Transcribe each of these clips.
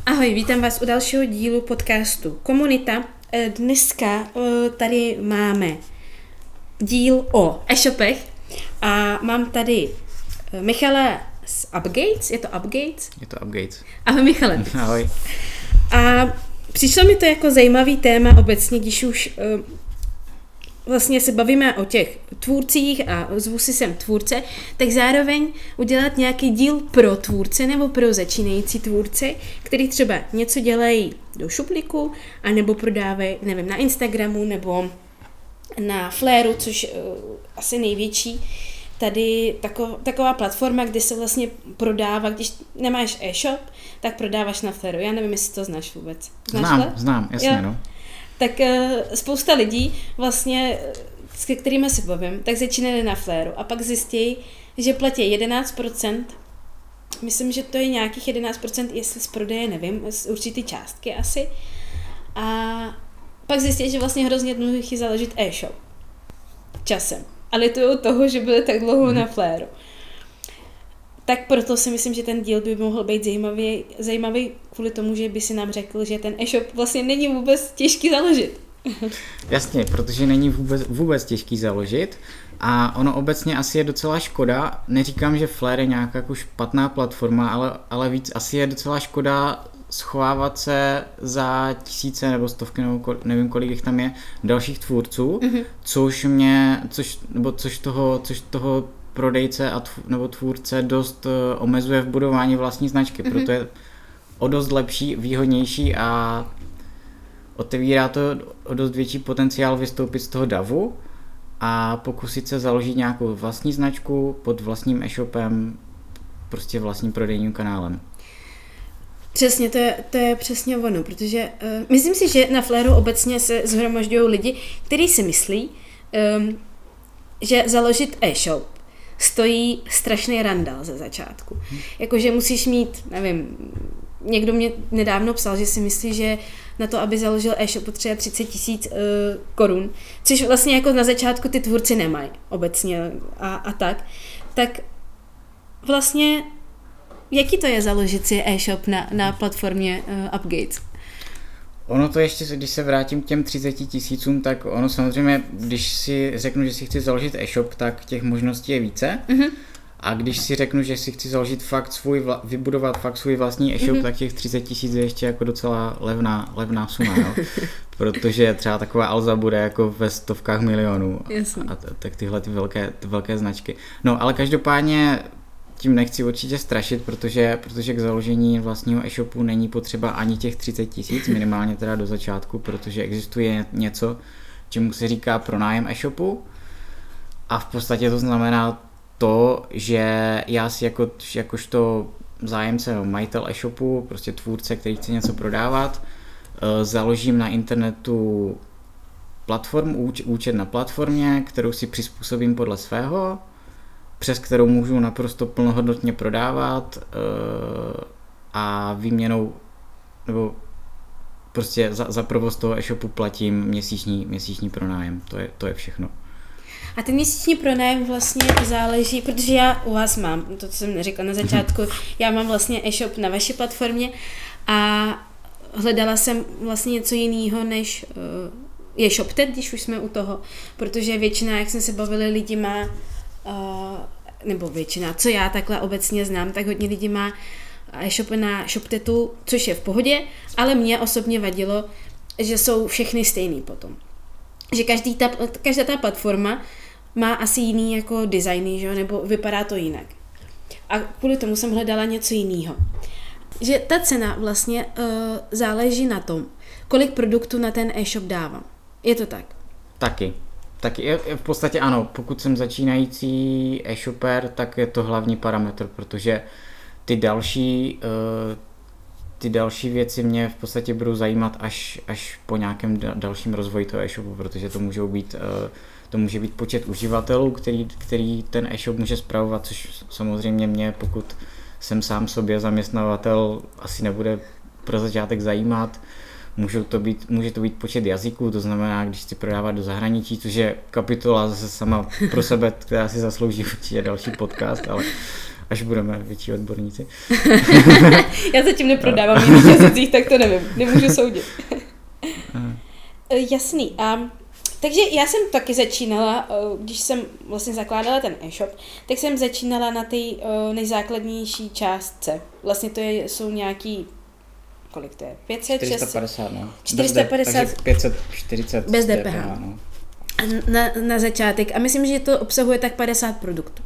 Ahoj, vítám vás u dalšího dílu podcastu Komunita. Dneska tady máme díl o e-shopech a mám tady Michala z Upgates. Je to Upgates? Je to Upgates. Ahoj Michale. Ahoj. A přišlo mi to jako zajímavý téma obecně, když už vlastně se bavíme o těch tvůrcích a zvu si sem tvůrce, tak zároveň udělat nějaký díl pro tvůrce nebo pro začínající tvůrce, který třeba něco dělají do šuplíku, anebo prodávají, nevím, na Instagramu nebo na Flairu, což asi největší tady taková platforma, kde se vlastně prodává, když nemáš e-shop, tak prodáváš na Flairu. Já nevím, jestli to znáš vůbec. Znám, jasně, jo? No. Tak spousta lidí vlastně, s kterými se bavím, tak začínali na Flairu a pak zjistí, že platí 11%, myslím, že to je nějakých 11%, jestli z prodeje, nevím, z určitý částky asi. A pak zjistí, že vlastně hrozně jednoduchý založit e-shop časem. A lituju toho, že byli tak dlouho na Flairu. Tak proto si myslím, že ten díl by mohl být zajímavý kvůli tomu, že by si nám řekl, že ten e-shop vlastně není vůbec těžký založit. Jasně, protože není vůbec těžký založit a ono obecně asi je docela škoda, neříkám, že Flair je nějaká jako špatná platforma, ale víc asi je docela škoda schovávat se za tisíce nebo stovky, nebo nevím, kolik jich tam je, dalších tvůrců, což toho prodejce nebo tvůrce dost omezuje v budování vlastní značky, proto je o dost lepší, výhodnější a otevírá to o dost větší potenciál vystoupit z toho davu a pokusit se založit nějakou vlastní značku pod vlastním e-shopem, prostě vlastním prodejním kanálem. Přesně, to je přesně ono, protože myslím si, že na Flairu obecně se shromažďují lidi, kteří si myslí, že založit e-shop stojí strašný randál ze začátku. Jakože musíš mít, nevím, někdo mě nedávno psal, že si myslí, že na to, aby založil e-shop, potřebuje 30 000 korun, což vlastně jako na začátku ty tvůrci nemají obecně a tak. Tak vlastně, jaký to je založit si e-shop na platformě Upgates? Ono to ještě, když se vrátím k těm 30 000, tak ono samozřejmě, když si řeknu, že si chci založit e-shop, tak těch možností je více. A když si řeknu, že si chci založit vybudovat fakt svůj vlastní e-shop, tak těch 30 000 je ještě jako docela levná suma, jo? Protože třeba taková Alza bude jako ve stovkách milionů. A tak tyhle ty velké značky. No, ale každopádně tím nechci určitě strašit, protože k založení vlastního e-shopu není potřeba ani těch 30 000, minimálně teda do začátku, protože existuje něco, čemu se říká pronájem e-shopu a v podstatě to znamená to, že já si jakožto zájemce, majitel e-shopu, prostě tvůrce, který chce něco prodávat, založím na internetu platformu, účet na platformě, kterou si přizpůsobím podle svého, přes kterou můžu naprosto plnohodnotně prodávat a výměnou nebo prostě za provoz toho e-shopu platím měsíční pronájem. To je všechno. A ten měsíční pronájem vlastně záleží, protože já u vás mám, to, co jsem neřekla na začátku, já mám vlastně e-shop na vaší platformě a hledala jsem vlastně něco jiného, než je ShopTet, když už jsme u toho, protože většina, jak jsme se bavili, lidi má nebo většina, co já takhle obecně znám, tak hodně lidí má e-shopy na ShopTetu, což je v pohodě, ale mě osobně vadilo, že jsou všechny stejný potom. Že každá ta platforma má asi jiný jako designy, že? Nebo vypadá to jinak. A kvůli tomu jsem hledala něco jiného. Že ta cena vlastně záleží na tom, kolik produktů na ten e-shop dávám. Je to tak? Taky v podstatě ano, pokud jsem začínající e-shopper, tak je to hlavní parametr, protože ty další věci mě v podstatě budou zajímat až po nějakém dalším rozvoji toho e-shopu, protože to může být počet uživatelů, který ten e-shop může spravovat, což samozřejmě mě, pokud jsem sám sobě zaměstnavatel, asi nebude pro začátek zajímat. Může to být počet jazyků, to znamená, když chci prodávat do zahraničí, což je kapitola zase sama pro sebe, která si zaslouží určitě další podcast, až budeme větší odborníci. Já zatím neprodávám v jiných jazycích, tak to nevím, nemůžu soudit. Jasný. Takže já jsem taky začínala, když jsem vlastně zakládala ten e-shop, tak jsem začínala na té nejzákladnější částce. Vlastně to jsou nějaký, kolik to je? 500, 450, no. 450. Takže 540 bez DPH. No. Na začátek. A myslím, že to obsahuje tak 50 produktů.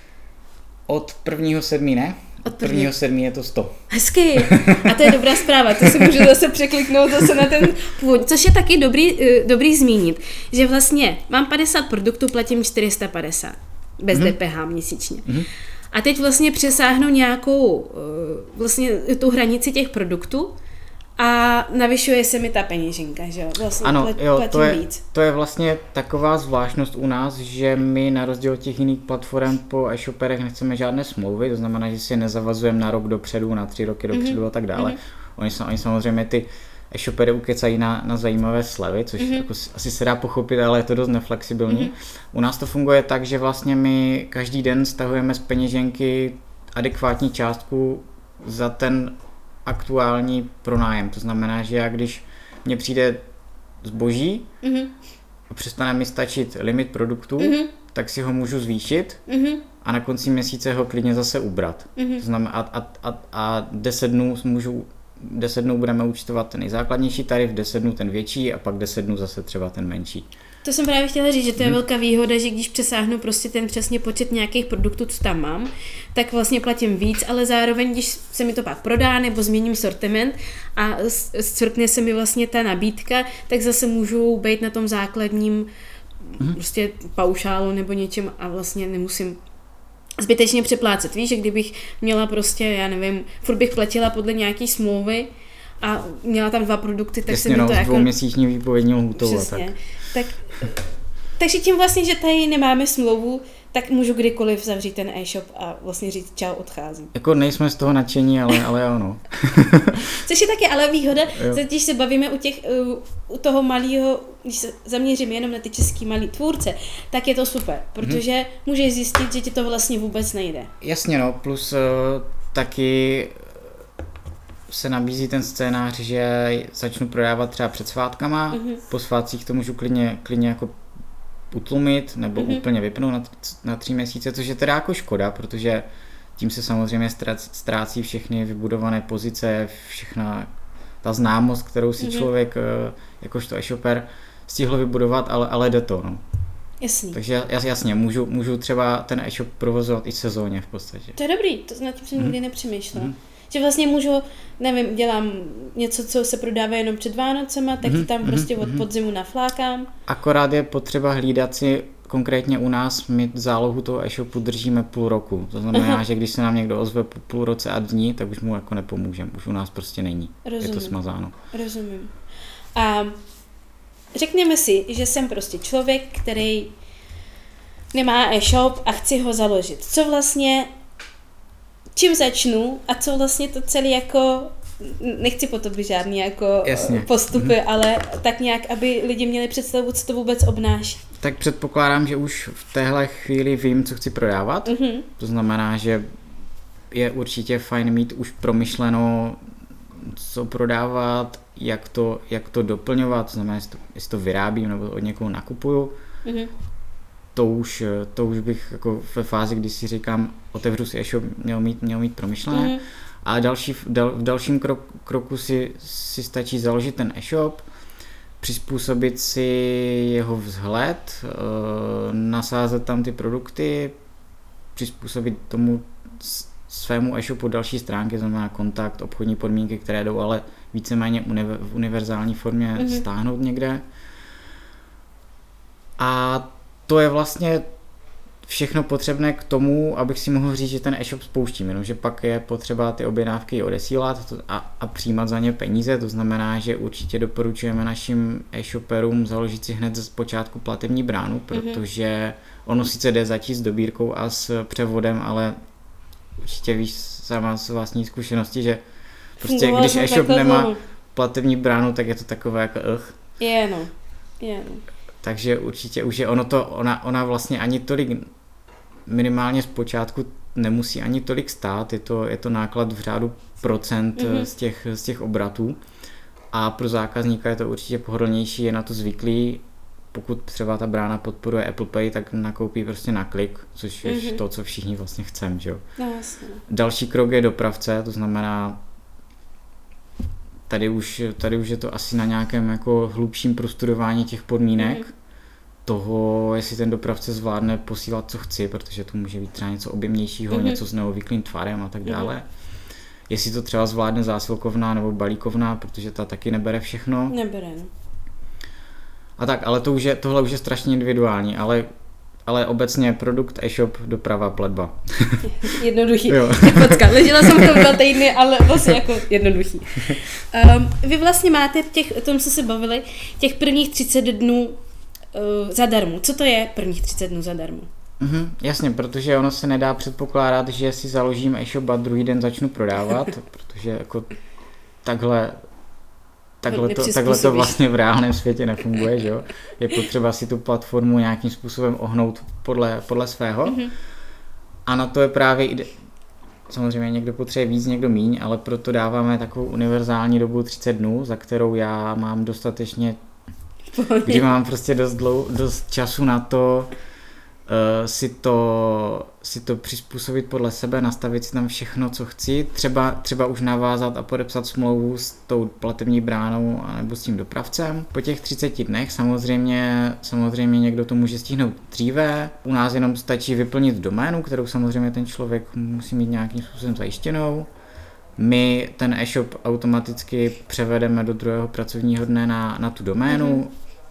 Od 1.7. ne? Od 1.7. je to 100. Hezky. A to je dobrá zpráva. To si můžu zase překliknout zase na ten původ. Což je taky dobrý zmínit, že vlastně mám 50 produktů, platím 450. Bez DPH měsíčně. A teď vlastně přesáhnu nějakou vlastně tu hranici těch produktů a navyšuje se mi ta peněženka, že jo? Vlastně ano, platím víc. To je vlastně taková zvláštnost u nás, že my na rozdíl od těch jiných platform po e-shoperech nechceme žádné smlouvy, to znamená, že si je nezavazujeme na rok dopředu, na 3 roky dopředu a tak dále. Oni samozřejmě ty e-shopery ukecají na zajímavé slevy, což jako asi se dá pochopit, ale je to dost neflexibilní. U nás to funguje tak, že vlastně my každý den stahujeme z peněženky adekvátní částku za ten aktuální pronájem. To znamená, že já když mně přijde zboží a přestane mi stačit limit produktů, tak si ho můžu zvýšit a na konci měsíce ho klidně zase ubrat. To znamená, a 10 dnů budeme účtovat ten nejzákladnější tarif, 10 dnů ten větší a pak 10 dnů zase třeba ten menší. To jsem právě chtěla říct, že to je velká výhoda, že když přesáhnu prostě ten přesně počet nějakých produktů, co tam mám, tak vlastně platím víc, ale zároveň, když se mi to pak prodá nebo změním sortiment a scvrkne se mi vlastně ta nabídka, tak zase můžu být na tom základním prostě paušálu nebo něčem a vlastně nemusím zbytečně přeplácet. Víš, že kdybych měla prostě, já nevím, furt bych platila podle nějaký smlouvy a měla tam 2 produkty, tak se mi to jako... dvouměsíční výpovědní lhůtou. Takže tím vlastně, že tady nemáme smlouvu, tak můžu kdykoliv zavřít ten e-shop a vlastně říct čau, odcházím. Jako nejsme z toho nadšení, ale ano. Což je taky ale výhoda, když se bavíme u toho malého, když se zaměřím jenom na ty český malý tvůrce, tak je to super, protože můžeš zjistit, že ti to vlastně vůbec nejde. Jasně, no, plus taky se nabízí ten scénář, že začnu prodávat třeba před svátkama, po svátcích to můžu klidně jako utlumit nebo úplně vypnout na 3 měsíce, což je teda jako škoda, protože tím se samozřejmě ztrácí všechny vybudované pozice, všechna ta známost, kterou si člověk jakožto e-shopper stihl vybudovat, ale jde to. No. Jasný. Takže jasně, můžu třeba ten e-shop provozovat i sezóně v podstatě. To je dobrý, to nad tím jsem nikdy nepřemýšlela. Že vlastně můžu, nevím, dělám něco, co se prodává jenom před Vánocema, tak tam prostě od podzimu naflákám. Akorát je potřeba hlídat si, konkrétně u nás, my zálohu toho e-shopu držíme půl roku. To znamená, že když se nám někdo ozve po půl roce a dní, tak už mu jako nepomůžeme. Už u nás prostě není. Rozumím. Je to smazáno. Rozumím. A řekněme si, že jsem prostě člověk, který nemá e-shop a chci ho založit. Co vlastně, čím začnu a co vlastně to celé jako, nechci po tobě žádný jako postupy, ale tak nějak, aby lidi měli představu, co to vůbec obnáší. Tak předpokládám, že už v téhle chvíli vím, co chci prodávat. To znamená, že je určitě fajn mít už promyšleno, co prodávat, jak to doplňovat, to znamená, jestli to vyrábím nebo od někoho nakupuju. To už bych jako ve fázi, kdy si říkám, otevřu si e-shop, měl mít promyšlené. A v dalším kroku si stačí založit ten e-shop, přizpůsobit si jeho vzhled, nasázet tam ty produkty, přizpůsobit tomu svému e-shopu další stránky, znamená kontakt, obchodní podmínky, které jdou ale víceméně v univerzální formě stáhnout někde. A to je vlastně všechno potřebné k tomu, abych si mohl říct, že ten e-shop spouštím, jenomže pak je potřeba ty objednávky odesílat a přijímat za ně peníze, to znamená, že určitě doporučujeme našim e-shopperům založit si hned z počátku platební bránu, protože ono sice jde začít s dobírkou a s převodem, ale určitě víš sama z vlastní zkušenosti, že prostě když e-shop nemá platební bránu, tak je to takové jako Je no. Takže určitě už je ona vlastně ani tolik minimálně zpočátku nemusí ani tolik stát, je to náklad v řádu procent z těch obratů a pro zákazníka je to určitě pohodlnější, je na to zvyklý. Pokud třeba ta brána podporuje Apple Pay, tak nakoupí prostě na klik, což je to, co všichni vlastně chceme, že jo. No, jasně. Další krok je dopravce, to znamená, tady už je to asi na nějakém jako hlubším prostudování těch podmínek, toho, jestli ten dopravce zvládne posílat, co chci, protože to může být třeba něco objemnějšího, něco s neobvyklým tvarem a tak dále. Jestli to třeba zvládne zásilkovna nebo balíkovna, protože ta taky nebere všechno. Nebere, no. A tak, ale tohle už je strašně individuální, ale obecně produkt, e-shop, doprava, platba. Jednoduchý. Počkat, ležela jsem to 2 týdny, ale vlastně jako jednoduchý. Vy vlastně máte o tom, co se bavili, těch prvních 30 dnů zadarmo. Co to je prvních 30 dnů zadarmo? Jasně, protože ono se nedá předpokládat, že si založím e-shop a druhý den začnu prodávat, protože jako takhle to vlastně v reálném světě nefunguje, že jo? Je potřeba si tu platformu nějakým způsobem ohnout podle svého. A na to je právě samozřejmě někdo potřebuje víc, někdo míň, ale proto dáváme takovou univerzální dobu 30 dnů, za kterou já mám dostatečně, kdy mám prostě dost času na to si to přizpůsobit podle sebe, nastavit si tam všechno, co chci, třeba už navázat a podepsat smlouvu s tou platební bránou nebo s tím dopravcem. Po těch 30 dnech samozřejmě někdo to může stihnout dříve. U nás jenom stačí vyplnit doménu, kterou samozřejmě ten člověk musí mít nějakým způsobem zajištěnou. My ten e-shop automaticky převedeme do 2. pracovního dne na tu doménu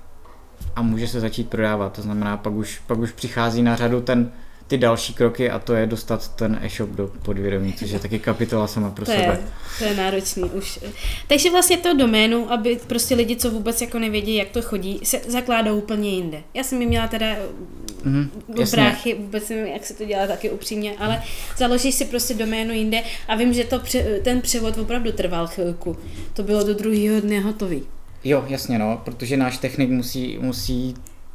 a může se začít prodávat. To znamená, pak už přichází na řadu ty další kroky a to je dostat ten e-shop do podvědomí, což je taky kapitola sama pro sebe. To je náročný už. Takže vlastně to doménu, aby prostě lidi, co vůbec jako nevědí, jak to chodí, se zakládá úplně jinde. Já jsem ji měla teda u bráchy, vůbec nevím, jak se to dělá taky upřímně, ale založíš si prostě doménu jinde a vím, že ten převod opravdu trval chvilku. To bylo do 2. dne hotový. Jo, jasně, no, protože náš technik musí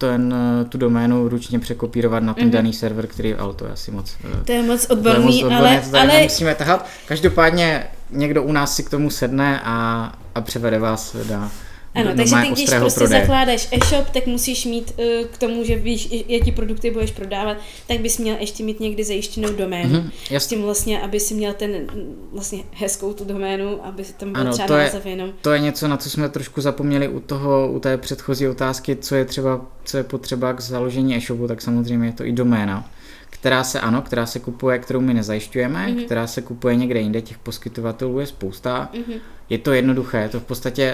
tu doménu ručně překopírovat na ten daný server, ale to je asi moc... To je moc odborný, ale musíme tahat. Každopádně někdo u nás si k tomu sedne a převede vás ano, takže ty, když prostě zakládáš e-shop, tak musíš mít k tomu, že víš, jaký produkty budeš prodávat, tak bys měl ještě mít někdy zajištěnou doménu. S tím vlastně, aby si měl ten vlastně hezkou tu doménu, aby si tam byl třeba název jenom. To je něco, na co jsme trošku zapomněli u té předchozí otázky, co je potřeba k založení e-shopu, tak samozřejmě je to i doména, která se kupuje, kterou my nezajišťujeme, která se kupuje někde jinde, těch poskytovatelů je spousta. Je to jednoduché, je to v podstatě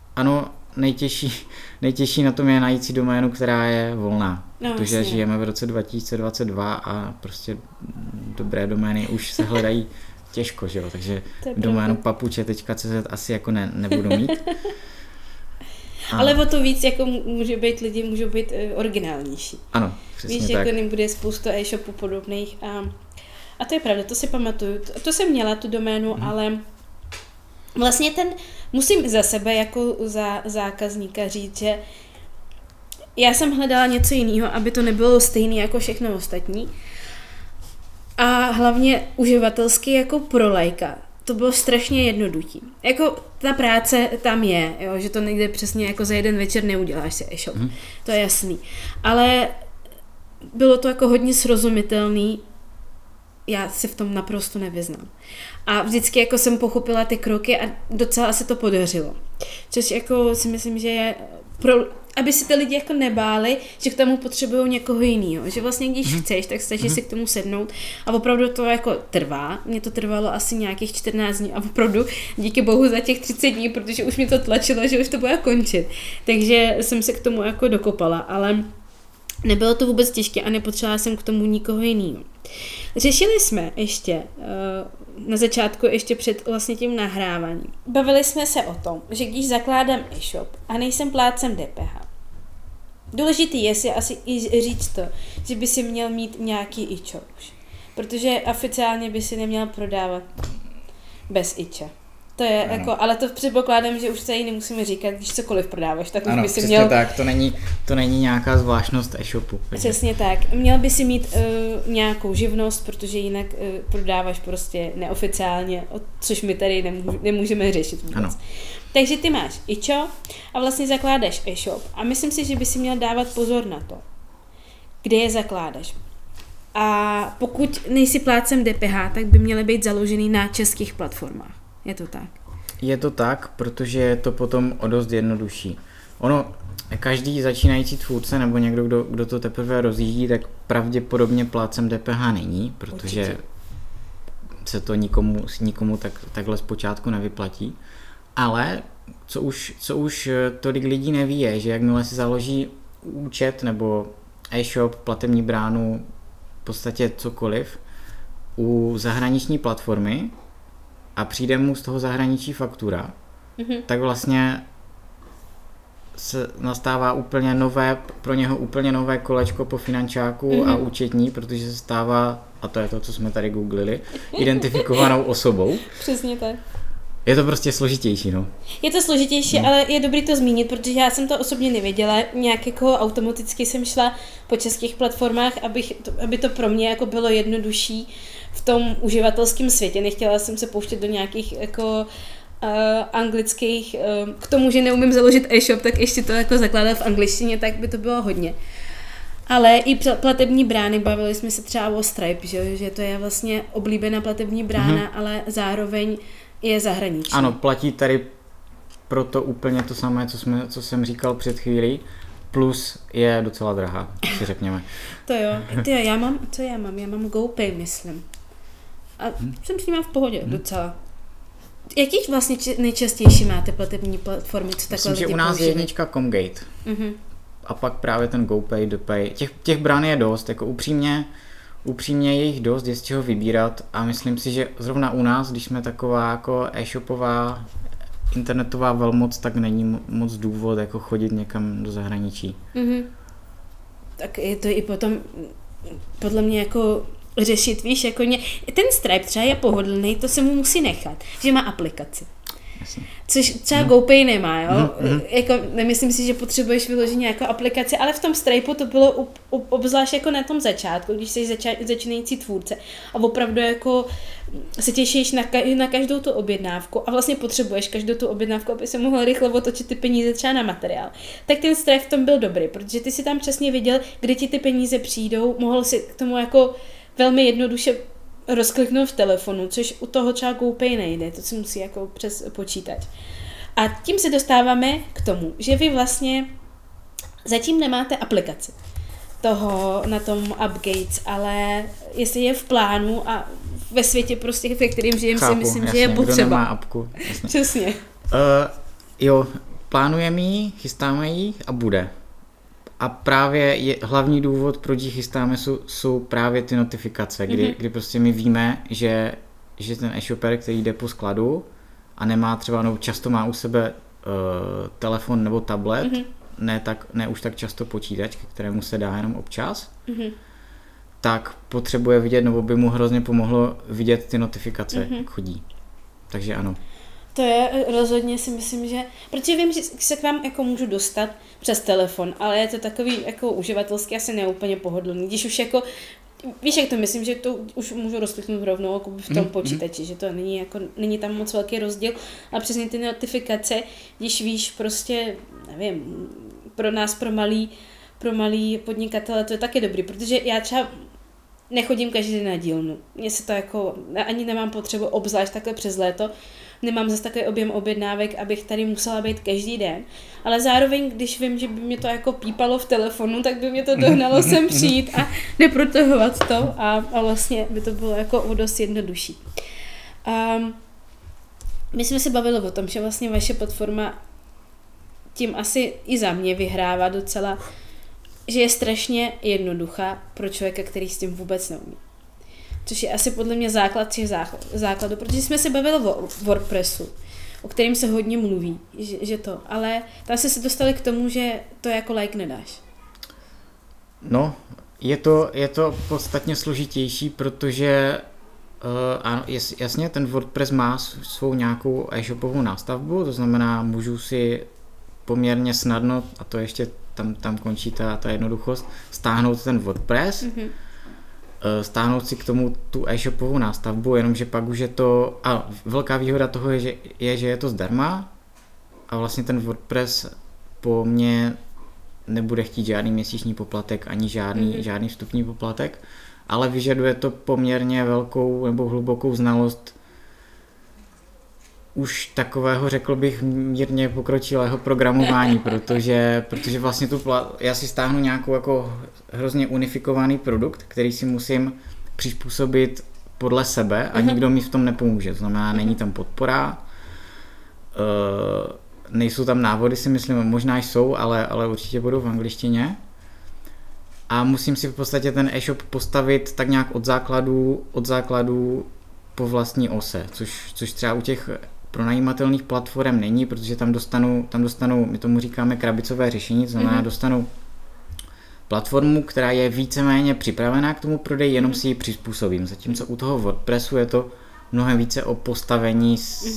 nejtěžší na tom je najít si doménu, která je volná, protože žijeme v roce 2022 a prostě dobré domény už se hledají těžko, že jo, takže doménu papuče.cz asi jako nebudu mít. Ale o to víc jako lidi můžou být originálnější. Ano, přesně víš, tak. Víš, jako bude spousta e-shopů podobných a to je pravda, to si pamatuju. To jsem měla tu doménu, ale vlastně musím za sebe jako za zákazníka říct, že já jsem hledala něco jiného, aby to nebylo stejné jako všechno ostatní. A hlavně uživatelsky jako pro lajka. To bylo strašně jednoduchý. Jako ta práce tam je, jo, že to někde přesně jako za jeden večer neuděláš si e-shop. To je jasný. Ale bylo to jako hodně srozumitelný. Já se v tom naprosto nevyznám. A vždycky jako jsem pochopila ty kroky a docela se to podařilo. Což jako si myslím, že je aby si ty lidi jako nebáli, že k tomu potřebují někoho jiného. Že vlastně když chceš, tak stačí si k tomu sednout a opravdu to jako trvá. Mně to trvalo asi nějakých 14 dní a opravdu díky bohu za těch 30 dní, protože už mi to tlačilo, že už to bude končit. Takže jsem se k tomu jako dokopala, ale nebylo to vůbec těžké a nepotřebovala jsem k tomu nikoho jiného. Řešili jsme ještě na začátku, ještě před vlastně tím nahráváním. Bavili jsme se o tom, že když zakládám e-shop a nejsem plátcem DPH, důležitý je si asi i říct to, že by si měl mít nějaký e-shop, protože oficiálně by si neměl prodávat bez iče. To je jako, ale to předpokládám, že už tady nemusíme říkat, když cokoliv prodáváš, tak už ano, by si přesně měl... tak, to není nějaká zvláštnost e-shopu. Přesně tak. Měl by si mít nějakou živnost, protože jinak prodáváš prostě neoficiálně, což my tady nemůžeme řešit vůbec. Ano. Takže ty máš ičo a vlastně zakládáš e-shop a myslím si, že by si měl dávat pozor na to, kde je zakládáš. A pokud nejsi plátcem DPH, tak by měly být založený na českých platformách. Je to tak? Je to tak, protože je to potom o dost jednodušší. Ono, každý začínající tvůrce nebo někdo, kdo to teprve rozjíždí, tak pravděpodobně plátcem DPH není, protože určitě se to nikomu takhle zpočátku nevyplatí. Ale co už tolik lidí neví je, že jakmile si založí účet nebo e-shop, platební bránu, v podstatě cokoliv, u zahraniční platformy a přijde mu z toho zahraničí faktura, tak vlastně se nastává pro něho úplně nové kolečko po finančáku a účetní, protože se stává, a to je to, co jsme tady googlili, identifikovanou osobou. Přesně tak. Je to prostě složitější, no. Je to složitější, ale je dobrý to zmínit, protože já jsem to osobně nevěděla. Nějak jako automaticky jsem šla po českých platformách, aby to pro mě jako bylo jednodušší v tom uživatelském světě. Nechtěla jsem se pouštět do nějakých jako anglických, k tomu, že neumím založit e-shop, tak ještě to jako zakládat v angličtině, tak by to bylo hodně. Ale i platební brány, bavili jsme se třeba o Stripe, že to je vlastně oblíbená platební brána, ale zároveň je zahraniční. Ano, platí tady proto úplně to samé, co jsem říkal před chvílí, plus je docela drahá, si řekněme. To jo, já mám GoPay, myslím. A jsem s ním v pohodě, docela. Jaký vlastně nejčastější máte platební platformy, co takhle myslím, lidi že u nás používají? je jednička Comgate. A pak právě ten GoPay, DPay. Těch brán je dost, jako upřímně je jich dost, je z čeho vybírat a myslím si, že zrovna u nás, když jsme taková jako e-shopová internetová velmoc, tak není moc důvod jako chodit někam do zahraničí. Tak je to i potom podle mě jako řešit, víš, jako ten Stripe třeba je pohodlný, to se mu musí nechat, že má aplikaci. Jasně. Což třeba GoPay nemá, jo? Jako, nemyslím si, že potřebuješ vyložit nějakou aplikaci, ale v tom Stripeu to bylo obzvlášť jako na tom začátku, když jsi začínající tvůrce a opravdu jako se těšíš na každou tu objednávku a vlastně potřebuješ každou tu objednávku, aby se mohl rychle otočit ty peníze třeba na materiál. Tak ten Stripe v tom byl dobrý, protože ty si tam přesně viděl, kdy ti ty peníze přijdou, mohl si k tomu jako velmi jednoduše rozkliknout v telefonu, což u toho třeba GoPay nejde, to se musí jako přes počítač. A tím se dostáváme k tomu, že vy vlastně zatím nemáte aplikaci toho na tom Upgates, ale jestli je v plánu a ve světě prostě, ve kterým žijem, si myslím, jasně, že je potřeba. Kdo nemá apku, jasně. Přesně. Jo, plánujeme ji, chystáme ji a bude. A právě hlavní důvod, proč ji chystáme, jsou právě ty notifikace, kdy prostě my víme, že ten e-shopper, který jde po skladu a nemá třeba, no často má u sebe telefon nebo tablet, ne už tak často počítač, ke kterému se dá jenom občas, tak potřebuje vidět, nebo by mu hrozně pomohlo vidět ty notifikace, jak chodí. Takže ano. To je rozhodně si myslím, že, protože vím, že se k vám jako můžu dostat přes telefon, ale je to takový jako uživatelský asi neúplně pohodlný, když už jako, víš jak to myslím, že to už můžu rozkliknout rovnou jako v tom počítači, že to není tam moc velký rozdíl, a přesně ty notifikace, když víš prostě, nevím, pro nás, pro malý podnikatele to je taky dobrý, protože já třeba nechodím každý den na dílnu, mně se to jako, ani nemám potřebu, obzvlášť takhle přes léto, nemám zase takový objem objednávek, abych tady musela být každý den, ale zároveň, když vím, že by mě to jako pípalo v telefonu, tak by mě to dohnalo sem přijít a neprotahovat to a vlastně by to bylo jako o dost jednodušší. My jsme se bavili o tom, že vlastně vaše platforma tím asi i za mě vyhrává docela, že je strašně jednoduchá pro člověka, který s tím vůbec neumí. Což je asi podle mě základ těch základů, protože jsme se bavili o WordPressu, o kterém se hodně mluví, že to, ale tam se dostali k tomu, že to jako like nedáš. No, je to podstatně složitější, protože Ano, jasně, ten WordPress má svou nějakou e-shopovou nástavbu, to znamená, můžu si poměrně snadno, a to ještě tam končí ta jednoduchost, stáhnout ten WordPress, stáhnout si k tomu tu e-shopovou nástavbu, jenomže pak už je to, a velká výhoda toho je, že je to zdarma a vlastně ten WordPress po mně nebude chtít žádný měsíční poplatek ani žádný vstupní poplatek, ale vyžaduje to poměrně velkou nebo hlubokou znalost už takového, řekl bych, mírně pokročilého programování, protože vlastně já si stáhnu nějakou jako hrozně unifikovaný produkt, který si musím přizpůsobit podle sebe a nikdo mi v tom nepomůže. To znamená, není tam podpora, nejsou tam návody, si myslím, možná jsou, ale určitě budou v angličtině. A musím si v podstatě ten e-shop postavit tak nějak od základu po vlastní ose, což třeba u těch pronajímatelných platform není, protože tam dostanu, my tomu říkáme krabicové řešení, to znamená dostanu platformu, která je víceméně připravená k tomu prodeji, jenom si ji přizpůsobím. Zatímco u toho WordPressu je to mnohem více o postavení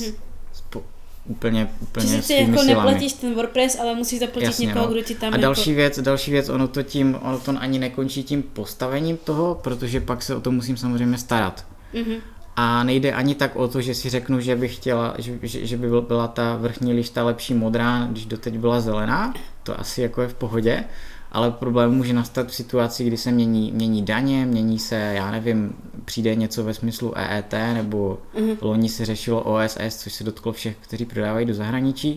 úplně svými ty jako silami. neplatíš ten WordPress, ale musíš zaplatit Jasně, někoho, kdo ti tam a další věc, ono to ani nekončí tím postavením toho, protože pak se o to musím samozřejmě starat. A nejde ani tak o to, že si řeknu, že bych chtěla, že by byla ta vrchní lišta lepší modrá, když doteď byla zelená, to asi jako je v pohodě, ale problém může nastat v situaci, kdy se mění daně, mění se, já nevím, přijde něco ve smyslu EET, nebo loni se řešilo OSS, což se dotklo všech, kteří prodávají do zahraničí.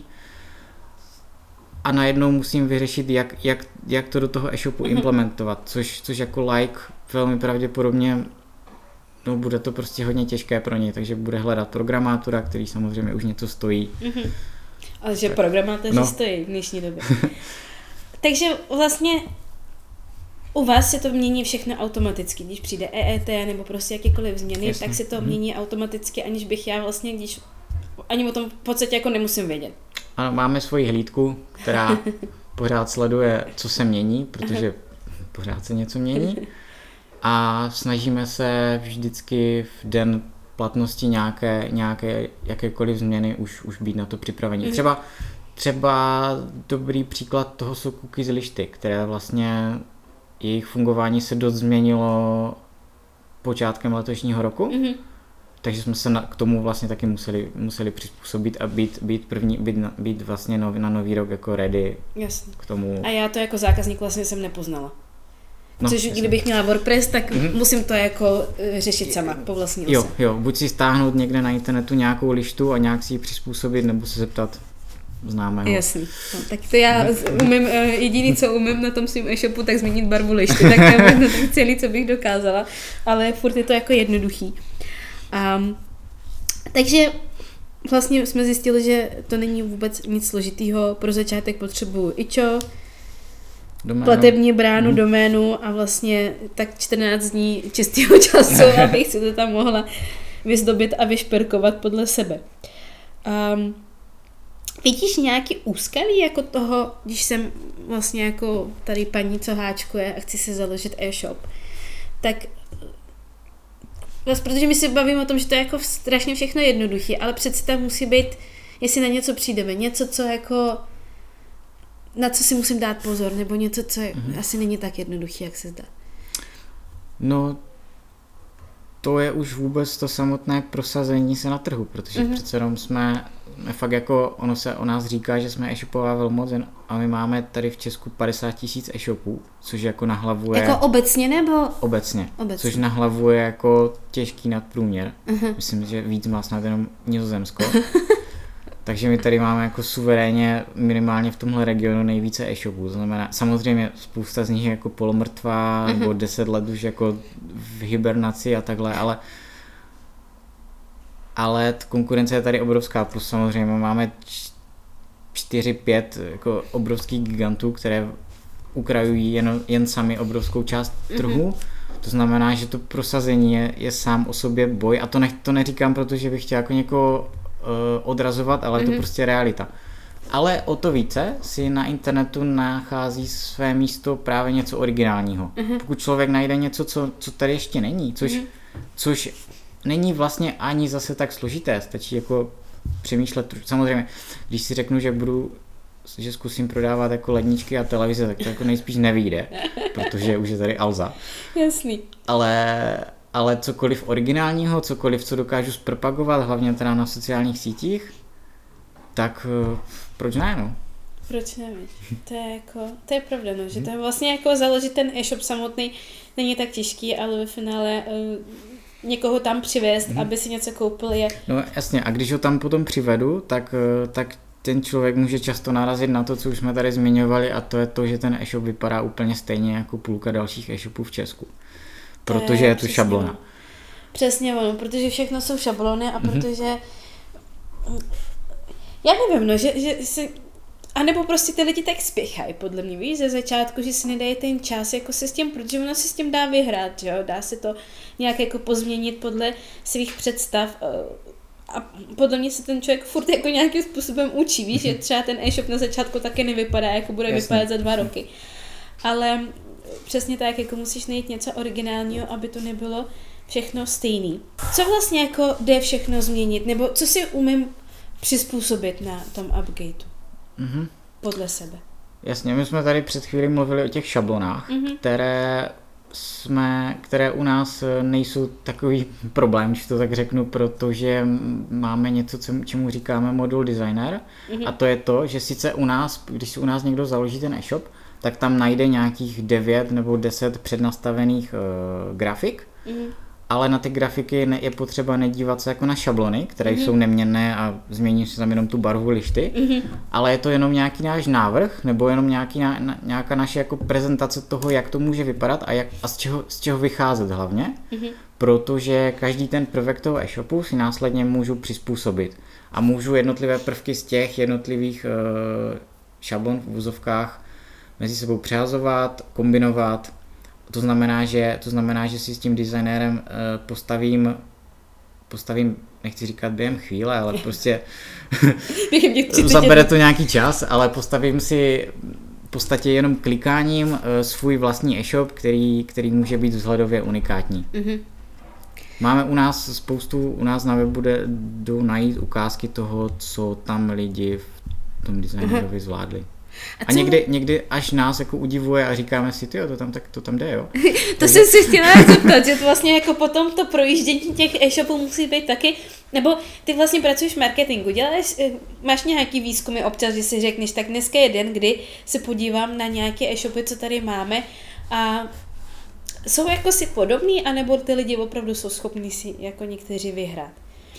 A najednou musím vyřešit, jak to do toho e-shopu implementovat, což jako like velmi pravděpodobně bude to prostě hodně těžké pro něj, takže bude hledat programátora, který samozřejmě už něco stojí. Ale že programátoři stojí v dnešní době. Takže vlastně u vás se to mění všechno automaticky, když přijde EET nebo prostě jakékoliv změny, jasně, tak se to mění automaticky, aniž bych já vlastně, když ani o tom v podstatě jako nemusím vědět. Ano, máme svoji hlídku, která pořád sleduje, co se mění, protože pořád se něco mění. A snažíme se vždycky v den platnosti nějaké jakékoliv změny už být na to připraveni. Třeba dobrý příklad toho jsou cookies listy, které vlastně jejich fungování se dost změnilo počátkem letošního roku. Takže jsme se k tomu vlastně taky museli přizpůsobit a být vlastně na nový rok jako ready. Jasně. K tomu. A já to jako zákazník vlastně jsem nepoznala. Což kdybych měla WordPress, tak musím to jako řešit sama po vlastní ose. Jo, buď si stáhnout někde na internetu nějakou lištu a nějak si ji přizpůsobit, nebo se zeptat známého. Jasný. No, tak to já umím, jediný, co umím na tom svým e-shopu, tak změnit barvu lišty. Tak nebudu tak celý, co bych dokázala, ale furt je to jako jednoduchý. Takže vlastně jsme zjistili, že to není vůbec nic složitýho. Pro začátek potřebuju ičo, platební bránu, doménu a vlastně tak 14 dní čistého času, abych si to tam mohla vyzdobit a vyšperkovat podle sebe. Vidíš nějaký úskalí jako toho, když jsem vlastně jako tady paní, co háčkuje a chci si založit e-shop, tak vlastně, protože my si bavíme o tom, že to je jako strašně všechno jednoduché, ale přece tam musí být, jestli na něco přijdeme, něco, co jako na co si musím dát pozor, nebo něco, co asi není tak jednoduché, jak se zdá. No, to je už vůbec to samotné prosazení se na trhu, protože přece jenom jsme fakt jako, ono se o nás říká, že jsme e-shopová velmoc a my máme tady v Česku 50 000 e-shopů, což jako na hlavu je... Jako obecně nebo? Obecně. Což na hlavu je jako těžký nadprůměr. Myslím, že víc má snad jenom Nizozemsko. Takže my tady máme jako suverénně minimálně v tomhle regionu nejvíce e-shopů. To znamená, samozřejmě spousta z nich je jako polomrtvá, nebo 10 let už jako v hibernaci a takhle, ale konkurence je tady obrovská, plus samozřejmě máme 4-5 jako obrovských gigantů, které ukrajují jen sami obrovskou část trhu. To znamená, že to prosazení je sám o sobě boj a to neříkám, protože bych chtěl jako někoho odrazovat, ale je to prostě realita. Ale o to více si na internetu nachází své místo právě něco originálního. Pokud člověk najde něco, co tady ještě není, což není vlastně ani zase tak složité, stačí jako přemýšlet, samozřejmě, když si řeknu, že zkusím prodávat jako ledničky a televize, tak to jako nejspíš nevyjde, protože už je tady Alza. Jasný. Ale cokoliv originálního, cokoliv, co dokážu zpropagovat, hlavně teda na sociálních sítích, tak proč ne, no? Proč ne, to je pravda, no, že to je vlastně jako založit ten e-shop samotný není tak těžký, ale ve finále někoho tam přivést, aby si něco koupil je... No jasně, a když ho tam potom přivedu, tak ten člověk může často narazit na to, co už jsme tady zmiňovali, a to je to, že ten e-shop vypadá úplně stejně jako půlka dalších e-shopů v Česku. Protože je to šablona. Přesně ono, protože všechno jsou šablony a protože... Já nevím, no, že si... A nebo prostě ty lidi tak spěchají, podle mě, víš, ze začátku, že si nedají ten čas jako se s tím, protože ono se s tím dá vyhrát, že jo, dá se to nějak jako pozměnit podle svých představ a podle mě se ten člověk furt jako nějakým způsobem učí, víš, že třeba ten e-shop na začátku taky nevypadá, jako bude vypadat za 2 roky. Ale přesně tak, jako musíš najít něco originálního, aby to nebylo všechno stejný. Co vlastně jako jde všechno změnit, nebo co si umím přizpůsobit na tom Upgateu? Podle sebe. Jasně, my jsme tady před chvílí mluvili o těch šablonách, které u nás nejsou takový problém, když to tak řeknu, protože máme něco, čemu říkáme modul designer, a to je to, že sice u nás, když si u nás někdo založí ten e-shop, tak tam najde nějakých 9 nebo 10 přednastavených grafik, ale na ty grafiky je potřeba nedívat se jako na šablony, které jsou neměnné a změní se tam jenom tu barvu lišty, ale je to jenom nějaký náš návrh, nebo jenom nějaká naše jako prezentace toho, jak to může vypadat a z čeho vycházet hlavně, protože každý ten prvek toho e-shopu si následně můžu přizpůsobit a můžu jednotlivé prvky z těch jednotlivých šablon v uvozovkách mezi sebou přehazovat, kombinovat. To znamená, že si s tím designérem postavím, nechci říkat během chvíle, ale prostě zabere to nějaký čas, ale postavím si v podstatě jenom klikáním svůj vlastní e-shop, který může být vzhledově unikátní. Máme u nás na webu jdu najít ukázky toho, co tam lidi v tom designérovi zvládli. A někdy až nás jako udivuje a říkáme si, tyjo, to tam jde, jo. To jsem si chtěla zeptat, že to vlastně jako potom to projíždění těch e-shopů musí být taky, nebo ty vlastně pracuješ v marketingu, máš nějaký výzkumy občas, že si řekneš, tak dneska je den, kdy se podívám na nějaké e-shopy, co tady máme a jsou jako si podobný, anebo ty lidi opravdu jsou schopní si jako někteří vyhrát?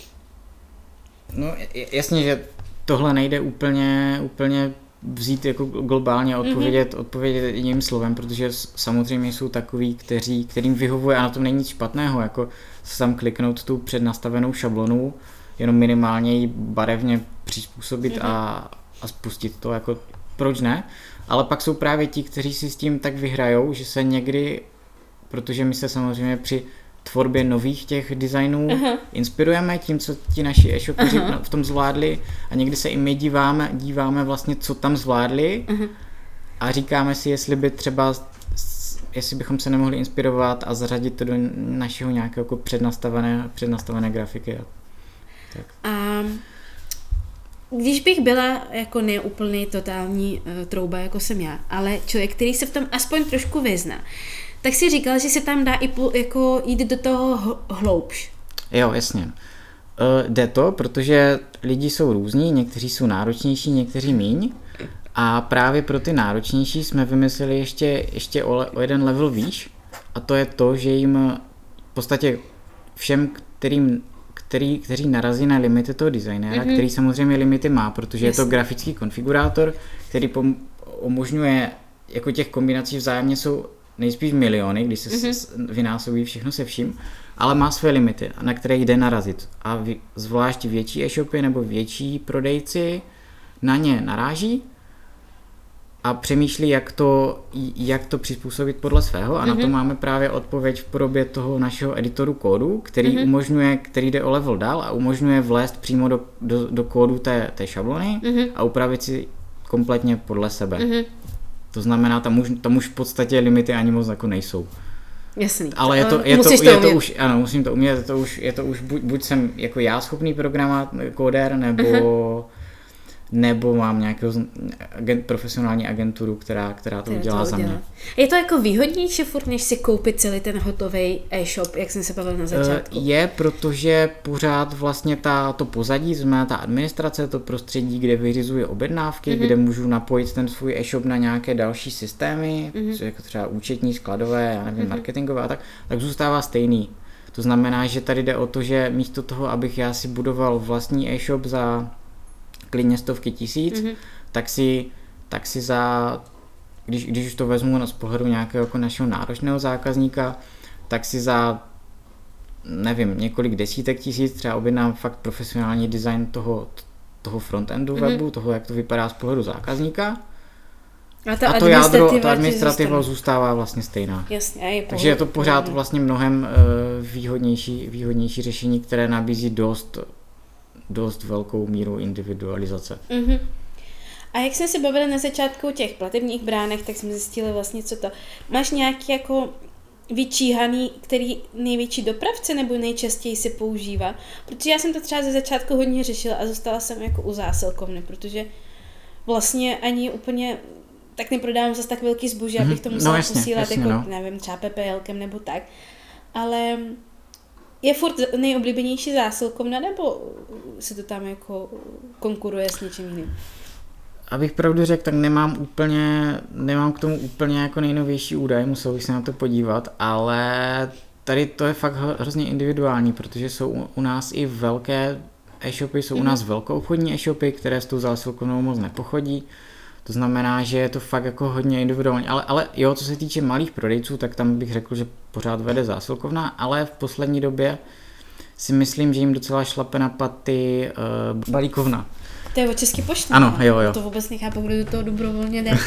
No jasně, že tohle nejde úplně vzít jako globálně a odpovědět jiným slovem, protože samozřejmě jsou takový, kterým vyhovuje a na tom není nic špatného, jako sam kliknout tu přednastavenou šablonu, jenom minimálně ji barevně přizpůsobit a spustit to, jako proč ne, ale pak jsou právě ti, kteří si s tím tak vyhrajou, že se někdy, protože my se samozřejmě při tvorbě nových těch designů inspirujeme tím, co ti naši e-shopy v tom zvládli a někdy se i my díváme vlastně, co tam zvládli a říkáme si, jestli bychom se nemohli inspirovat a zařadit to do našeho nějakého jako přednastavené grafiky. Tak. A když bych byla jako neúplný totální trouba, jako jsem já, ale člověk, který se v tom aspoň trošku vyzná, tak si říkal, že se tam dá i jako jít do toho hloubš. Jo, jasně. Jde to, protože lidi jsou různí, někteří jsou náročnější, někteří míň. A právě pro ty náročnější jsme vymysleli ještě o jeden level výš. A to je to, že jim v podstatě všem, kteří narazí na limity toho designéra, který samozřejmě limity má, protože je to grafický konfigurátor, který umožňuje, jako těch kombinací vzájemně jsou nejspíš miliony, když se vynásobí všechno se vším, ale má své limity, na které jde narazit. A zvlášť větší e-shopy nebo větší prodejci na ně naráží a přemýšlí, jak to přizpůsobit podle svého a na to máme právě odpověď v podobě toho našeho editoru kódu, který jde o level dál a umožňuje vlézt přímo do kódu té šablony a upravit si kompletně podle sebe. To znamená, tam už v podstatě limity ani moc jako nejsou. Jasný. Ale je to už, ano, musím to umět, je to už buď jsem jako já schopný kóder, nebo mám nějakou profesionální agenturu, která to udělá za mě. Je to jako výhodnější furt, než si koupit celý ten hotový e-shop, jak jsem se bavil na začátku? Je, protože pořád vlastně to pozadí, znamená ta administrace, to prostředí, kde vyřizuje objednávky, kde můžu napojit ten svůj e-shop na nějaké další systémy, jako třeba účetní, skladové, já nevím, marketingové a tak zůstává stejný. To znamená, že tady jde o to, že místo toho, abych já si budoval vlastní e-shop za klidně stovky tisíc, tak si když už to vezmu z pohledu nějakého jako našeho náročného zákazníka, tak si za nevím, několik desítek tisíc třeba objednám fakt profesionální design toho frontendu webu, toho, jak to vypadá z pohledu zákazníka. A to jádro, ta administrativa zůstává vlastně stejná. Jasně, takže je to pořád vlastně mnohem výhodnější řešení, které nabízí dost velkou míru individualizace. A jak jsme se bavili na začátku o těch platebních bránech, tak jsme zjistili vlastně, co to. Máš nějaký jako vyčíhaný, který největší dopravce nebo nejčastěji se používá? Protože já jsem to třeba ze začátku hodně řešila a zůstala jsem jako u zásilkovny, protože vlastně ani úplně tak neprodávám zase tak velký zboží, abych to musela posílat nevím, třeba PPLkem nebo tak. Ale je furt nejoblíbenější zásilkovna, nebo se to tam jako konkuruje s něčím jiným? Abych pravdu řekl, tak nemám k tomu úplně jako nejnovější údaj, musel bych se na to podívat, ale tady to je fakt hrozně individuální, protože jsou u nás i velké e-shopy, jsou u nás velkoobchodní e-shopy, které s tou zásilkovnou moc nepochodí. To znamená, že je to fakt jako hodně individuální, ale jo, co se týče malých prodejců, tak tam bych řekl, že pořád vede zásilkovna, ale v poslední době si myslím, že jim docela šlape na paty balíkovna. To je od České pošty. Ano, jo. To vůbec nechápu, kdo do toho dobrovolně jde.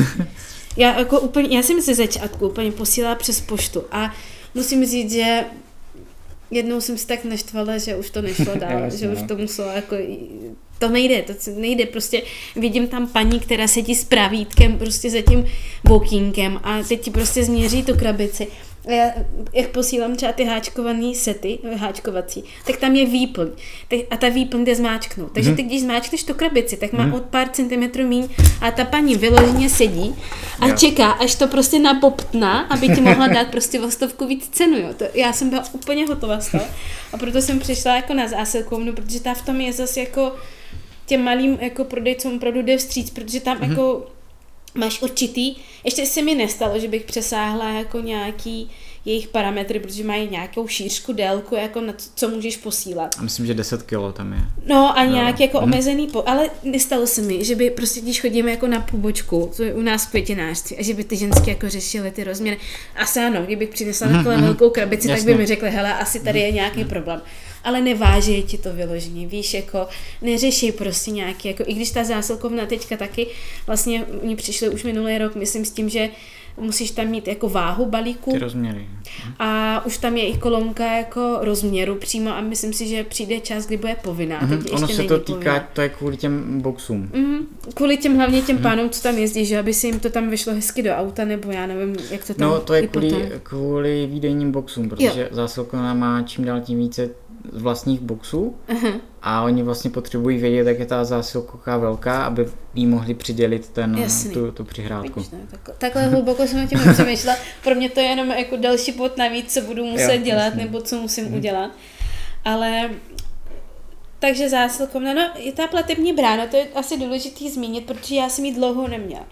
Já jsem ze začátku úplně posílala přes poštu a musím říct, že jednou jsem si tak naštvala, že už to nešlo dál, že už to muselo jako... To nejde, prostě vidím tam paní, která sedí s pravítkem prostě za tím walkingem a teď ti prostě změří tu krabici. A já, jak posílám třeba ty háčkované sety, háčkovací, tak tam je výplň. A ta výplň jde zmáčknout. Takže ty, když zmáčkneš tu krabici, tak má od pár centimetrů míň a ta paní vyloženě sedí a čeká, až to prostě nabobtná, aby ti mohla dát prostě o 100 víc cenu. Jo. Já jsem byla úplně hotová z toho a proto jsem přišla jako na zásilkovnu, protože ta v tom je zase jako těm malým jako prodejcům opravdu jde vstříc, protože tam jako máš určitý, ještě se mi nestalo, že bych přesáhla jako nějaký jejich parametry, protože mají nějakou šířku, délku, jako na co můžeš posílat. A myslím, že 10 kilo tam je. No a nějaký jako omezený, ale nestalo se mi, že by prostě, když chodíme jako na půbočku, to je u nás v květinářství, a že by ty ženské jako řešily ty rozměry. Asi ano, kdybych přinesla takhle velkou krabici, tak by mi řekly, hele, asi tady je nějaký problém. Ale neváží ti to vyloženě, víš, jako neřeší prostě nějaký, jako i když ta zásilkovna teďka taky, vlastně oni přišli už minulý rok, myslím s tím, že musíš tam mít jako váhu balíku. Ty rozměry. A už tam je i kolonka jako rozměru přímo a myslím si, že přijde čas, kdy bude povinná. Ono se to týká, povinná. To je kvůli těm boxům. Kvůli těm hlavně těm pánům, co tam jezdí, že aby si jim to tam vyšlo hezky do auta, nebo já nevím, jak to tam. No to je kvůli výdejním boxům, protože zásilkovna má čím dál tím více z vlastních boxů a oni vlastně potřebují vědět, jak je ta zásilkovka velká, aby jí mohli přidělit tu přihrádku. Vidíš, ne? Takhle hluboko jsem o tím nepřemýšlela. Pro mě to je jenom jako další bod navíc, co budu muset dělat, nebo co musím udělat. Ale takže zásilkovna, no je ta platební brána, to je asi důležitý zmínit, protože já jsem ji dlouho neměla.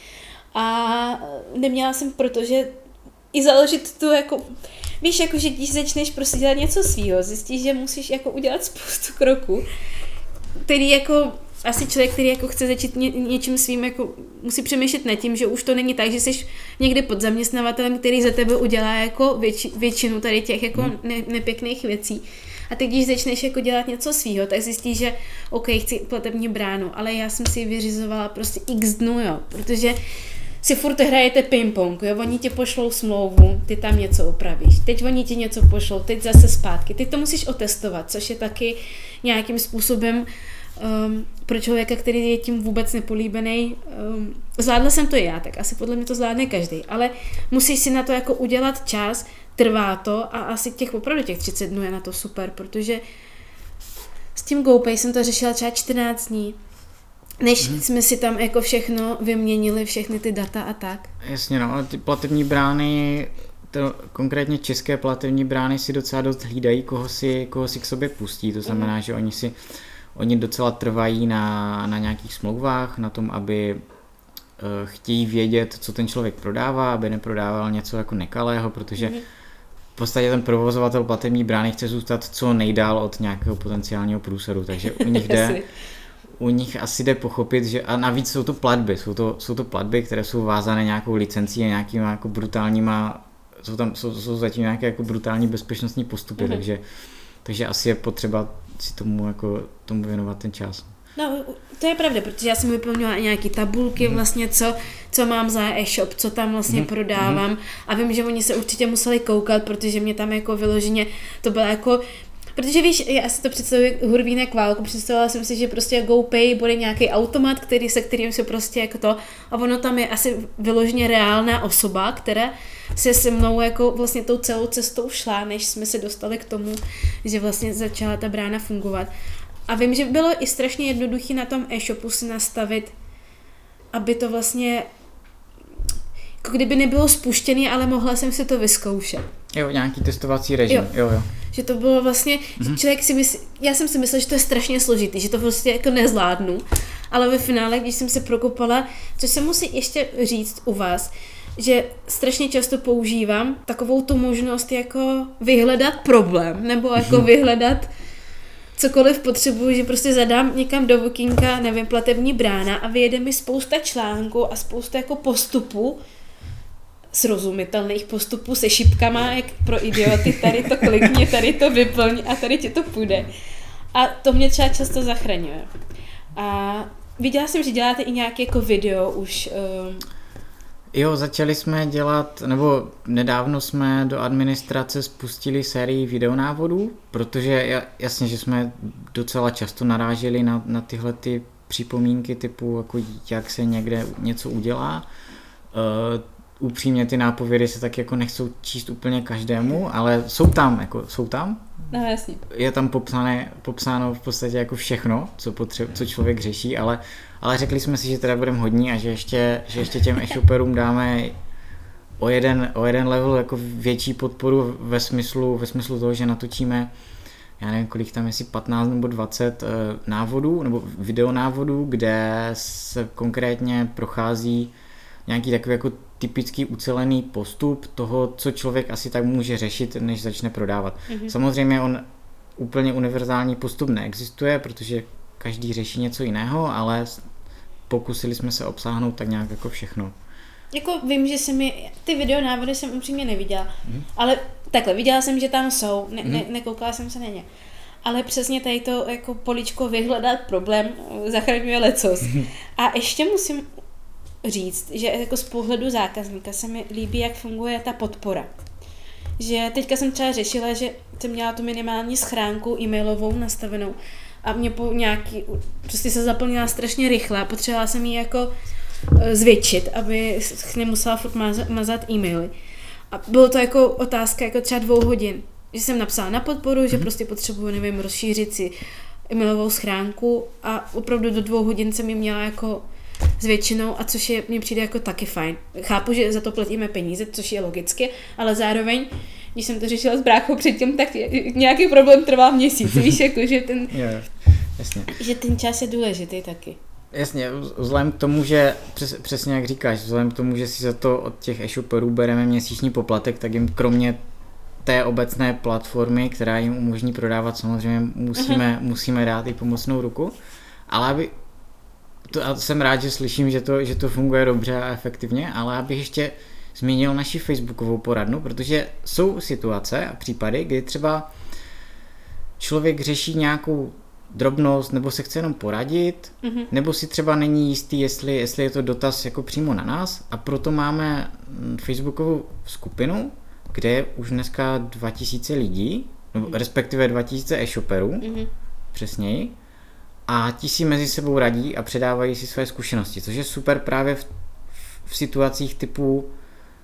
A neměla jsem, protože i založit tu jako... Víš, jako, že když začneš prostě dělat něco svýho, zjistíš, že musíš jako udělat spoustu kroků, který jako, asi člověk, který jako chce začít něčím svým, jako musí přemýšlet nad tím, že už to není tak, že jsi někde pod zaměstnavatelem, který za tebe udělá jako většinu tady těch jako nepěkných věcí. A teď, když začneš jako dělat něco svýho, tak zjistíš, že OK, chci platební bránu, ale já jsem si ji vyřizovala prostě x dnů, jo, protože si furt hrajete ping-pong, jo? Oni ti pošlou smlouvu, ty tam něco opravíš, teď oni ti něco pošlou, teď zase zpátky, ty to musíš otestovat, což je taky nějakým způsobem pro člověka, který je tím vůbec nepolíbený. Zvládla jsem to já, tak asi podle mě to zvládne každý, ale musíš si na to jako udělat čas, trvá to a asi opravdu těch 30 dnů je na to super, protože s tím GoPay jsem to řešila třeba 14 dní, než jsme si tam jako všechno vyměnili, všechny ty data a tak. Jasně, no, ale ty platební brány, to, konkrétně české platební brány si docela dost hlídají, koho si k sobě pustí, to znamená, že oni docela trvají na nějakých smlouvách, na tom, aby chtějí vědět, co ten člověk prodává, aby neprodával něco jako nekalého, protože v podstatě ten provozovatel platební brány chce zůstat co nejdál od nějakého potenciálního průsadu, takže u nich asi jde pochopit, že a navíc jsou to platby, které jsou vázané nějakou licencí a nějakýma jako brutálníma, jsou zatím nějaké jako brutální bezpečnostní postupy, takže asi je potřeba si tomu věnovat ten čas. No, to je pravda, protože já jsem vyplňovala nějaký tabulky vlastně, co mám za e-shop, co tam vlastně prodávám a vím, že oni se určitě museli koukat, protože mě tam jako vyloženě, to bylo jako, protože víš, já si to představuji hurvínek válku, představovala jsem si, že prostě GoPay bude nějaký automat, se kterým se prostě jako to, a ono tam je asi vyloženě reálná osoba, která se mnou jako vlastně tou celou cestou šla, než jsme se dostali k tomu, že vlastně začala ta brána fungovat. A vím, že bylo i strašně jednoduché na tom e-shopu si nastavit, aby to vlastně jako kdyby nebylo spuštěné, ale mohla jsem si to vyzkoušet. Jo, nějaký testovací režim. Jo. Že to bylo vlastně, že člověk si myslí, já jsem si myslela, že to je strašně složitý, že to prostě jako nezvládnu, ale ve finále, když jsem se prokopala, což se musí ještě říct u vás, že strašně často používám takovou tu možnost jako vyhledat problém, nebo jako vyhledat cokoliv potřebuji, že prostě zadám někam do okýnka, nevím, platební brána a vyjede mi spousta článků a spousta jako postupů, srozumitelných postupů se šipkama, jak pro idioty, tady to klikni, tady to vyplň a tady ti to půjde. A to mě třeba často zachraňuje. A viděla jsem, že děláte i nějaké jako video už. Jo, začali jsme dělat, nebo nedávno jsme do administrace spustili sérii videonávodů, protože jasně, že jsme docela často naráželi na tyhle ty připomínky typu, jako jak se někde něco udělá. Upřímně ty nápovědy se tak jako nechcou číst úplně každému, ale jsou tam. No jasně. Je tam popsáno v podstatě jako všechno, co člověk řeší, ale řekli jsme si, že teda budeme hodní a že ještě těm e-shoperům dáme o jeden level jako větší podporu ve smyslu toho, že natočíme, já nevím, kolik tam, jestli 15 nebo 20 návodů, nebo videonávodů, kde se konkrétně prochází nějaký takový jako typický ucelený postup toho, co člověk asi tak může řešit, než začne prodávat. Samozřejmě on úplně univerzální postup neexistuje, protože každý řeší něco jiného, ale pokusili jsme se obsáhnout tak nějak jako všechno. Jako vím, že ty videonávody jsem upřímně neviděla, ale takhle, viděla jsem, že tam jsou, nekoukala jsem se na ně. Ale přesně tady to jako poličko vyhledat problém zachraňuje lecos. A ještě musím říct, že jako z pohledu zákazníka se mi líbí, jak funguje ta podpora. Že teďka jsem třeba řešila, že jsem měla tu minimální schránku e-mailovou nastavenou a mě prostě se zaplnila strašně rychle a potřebovala jsem ji jako zvětšit, aby nemusela furt mazat e-maily. A bylo to jako otázka jako třeba 2 hodin, že jsem napsala na podporu, že prostě potřebuji, nevím, rozšířit si e-mailovou schránku a opravdu do 2 hodin jsem ji měla jako s většinou, a což mně přijde jako taky fajn. Chápu, že za to platíme peníze, což je logicky, ale zároveň, když jsem to řešila s bráchou předtím, tak nějaký problém trvá měsíc, víš, jako, že že ten čas je důležitý taky. Jasně, vzhledem k tomu, že přesně jak říkáš, vzhledem k tomu, že si za to od těch e-shoperů bereme měsíční poplatek, tak jim kromě té obecné platformy, která jim umožní prodávat, samozřejmě musíme dát i pomocnou ruku, ale a jsem rád, že slyším, že to funguje dobře a efektivně, ale abych ještě zmínil naši facebookovou poradnu, protože jsou situace a případy, kdy třeba člověk řeší nějakou drobnost, nebo se chce jenom poradit, nebo si třeba není jistý, jestli je to dotaz jako přímo na nás, a proto máme facebookovou skupinu, kde je už dneska 2000 lidí, respektive 2000 e-shoperů, přesněji, a ti si mezi sebou radí a předávají si své zkušenosti, což je super právě v situacích typu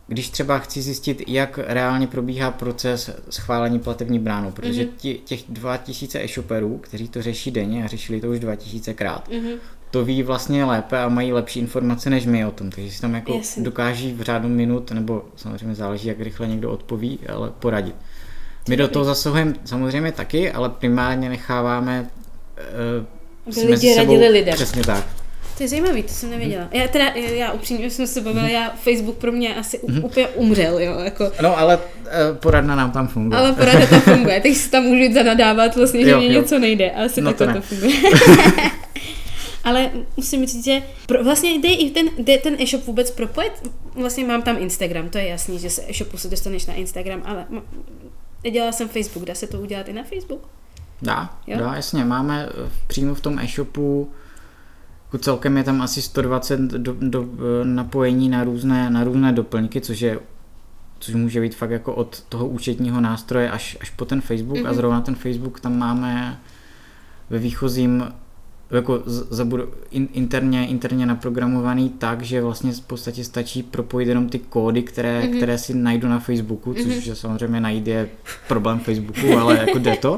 když třeba chci zjistit, jak reálně probíhá proces schválení platební bránou, protože těch 2000 e-shoperů, kteří to řeší denně a řešili to už 2000krát, to ví vlastně lépe a mají lepší informace než my o tom, takže si tam jako dokáží v řádu minut, nebo samozřejmě záleží, jak rychle někdo odpoví, ale poradit. My do toho zasahujeme samozřejmě taky, ale primárně necháváme lidi radili lidem. Přesně tak. To je zajímavý, to jsem nevěděla. Já upřímně jsem se bavila, Facebook pro mě asi úplně umřel, jo, jako. No, ale poradna nám tam funguje. Ale poradna tam funguje, teď si tam můžu jít zanadávat vlastně, že mě něco nejde, asi no takhle to funguje. Ale musím říct, že vlastně jde ten e-shop vůbec propojit, vlastně mám tam Instagram, to je jasný, že se e-shopu se dostaneš na Instagram, ale nedělala jsem Facebook, dá se to udělat i na Facebook? Dá, jasně, máme přímo v tom e-shopu celkem je tam asi 120 napojení na různé doplňky, což může být fakt jako od toho účetního nástroje až po ten Facebook a zrovna ten Facebook tam máme ve výchozím jako interně naprogramovaný tak, že vlastně v podstatě stačí propojit jenom ty kódy, které si najdu na Facebooku, což samozřejmě najít je problém Facebooku, ale jako jde to.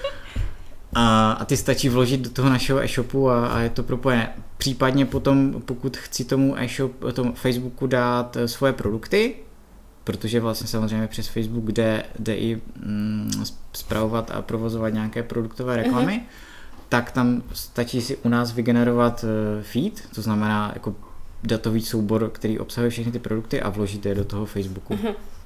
A ty stačí vložit do toho našeho e-shopu a je to propojené. Případně potom, pokud chci tomu Facebooku dát svoje produkty, protože vlastně samozřejmě přes Facebook jde i spravovat a provozovat nějaké produktové reklamy, tak tam stačí si u nás vygenerovat feed, to znamená jako datový soubor, který obsahuje všechny ty produkty a vložit je do toho Facebooku.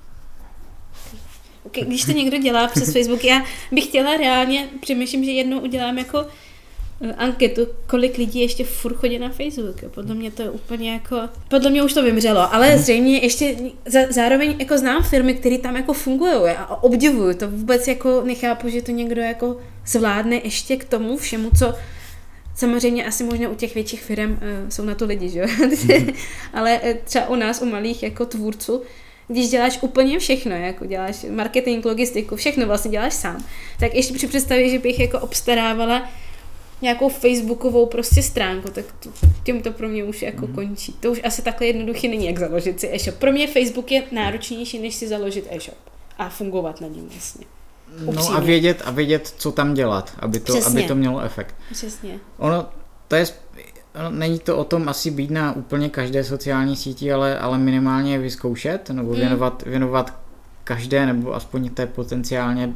Okay, když to někdo dělá přes Facebook, já bych chtěla reálně, přemýšlím, že jednou udělám jako anketu, kolik lidí ještě furt chodí na Facebook. Jo. Podle mě to je úplně jako, podle mě už to vymřelo, ale zřejmě ještě zároveň jako znám firmy, které tam jako fungují a obdivuju to. Vůbec jako nechápu, že to někdo jako zvládne ještě k tomu všemu, co samozřejmě asi možná u těch větších firm jsou na to lidi, že jo? Ale třeba u nás, u malých jako tvůrců, když děláš úplně všechno, jako děláš marketing, logistiku, všechno vlastně děláš sám, tak ještě při představě, že bych jako obstarávala nějakou facebookovou prostě stránku, tak tím to pro mě už jako končí. To už asi takhle jednoduché není, jak založit si e-shop. Pro mě Facebook je náročnější, než si založit e-shop a fungovat na něm vlastně. Upřímně. No a vědět, co tam dělat, aby to mělo efekt. Přesně. Není to o tom asi být na úplně každé sociální síti, ale minimálně vyzkoušet nebo věnovat každé nebo aspoň té potenciálně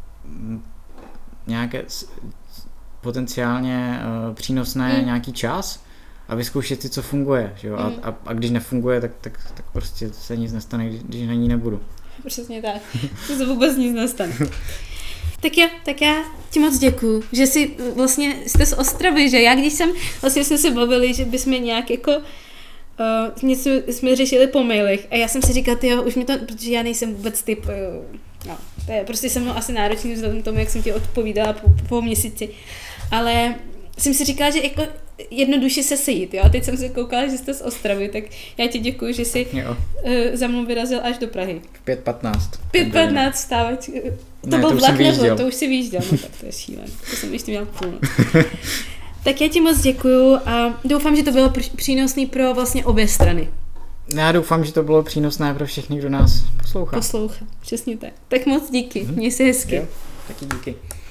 nějaké potenciálně přínosné nějaký čas a vyzkoušet si, co funguje. Že jo? A když nefunguje, tak prostě se nic nestane, když na ní nebudu. Přesně tak. To vůbec nic nestane. Tak já ti moc děkuju, že jste z Ostravy, že já když jsme se bavili, že bychom nějak jako něco jsme řešili po mailech a já jsem si říkala, už mi to, protože já nejsem vůbec typ, to je prostě se mnou asi náročný vzhledem tomu, jak jsem ti odpovídala po měsíci, ale jsem si říkala, že jako jednoduše se sejít, jo, a teď jsem se koukala, že jste z Ostravy, tak já ti děkuju, že jsi za mnou vyrazil až do Prahy. 5:15. 5:15 stávat. To byl vlak nebo to už si vyjížděl, no tak to je šílené. To jsem ještě měla půlnoc. Tak já ti moc děkuju a doufám, že to bylo přínosný pro vlastně obě strany. Já doufám, že to bylo přínosné pro všechny, kdo nás poslouchá. Přesně tak. Tak moc díky, měj se hezky. Jo, taky díky.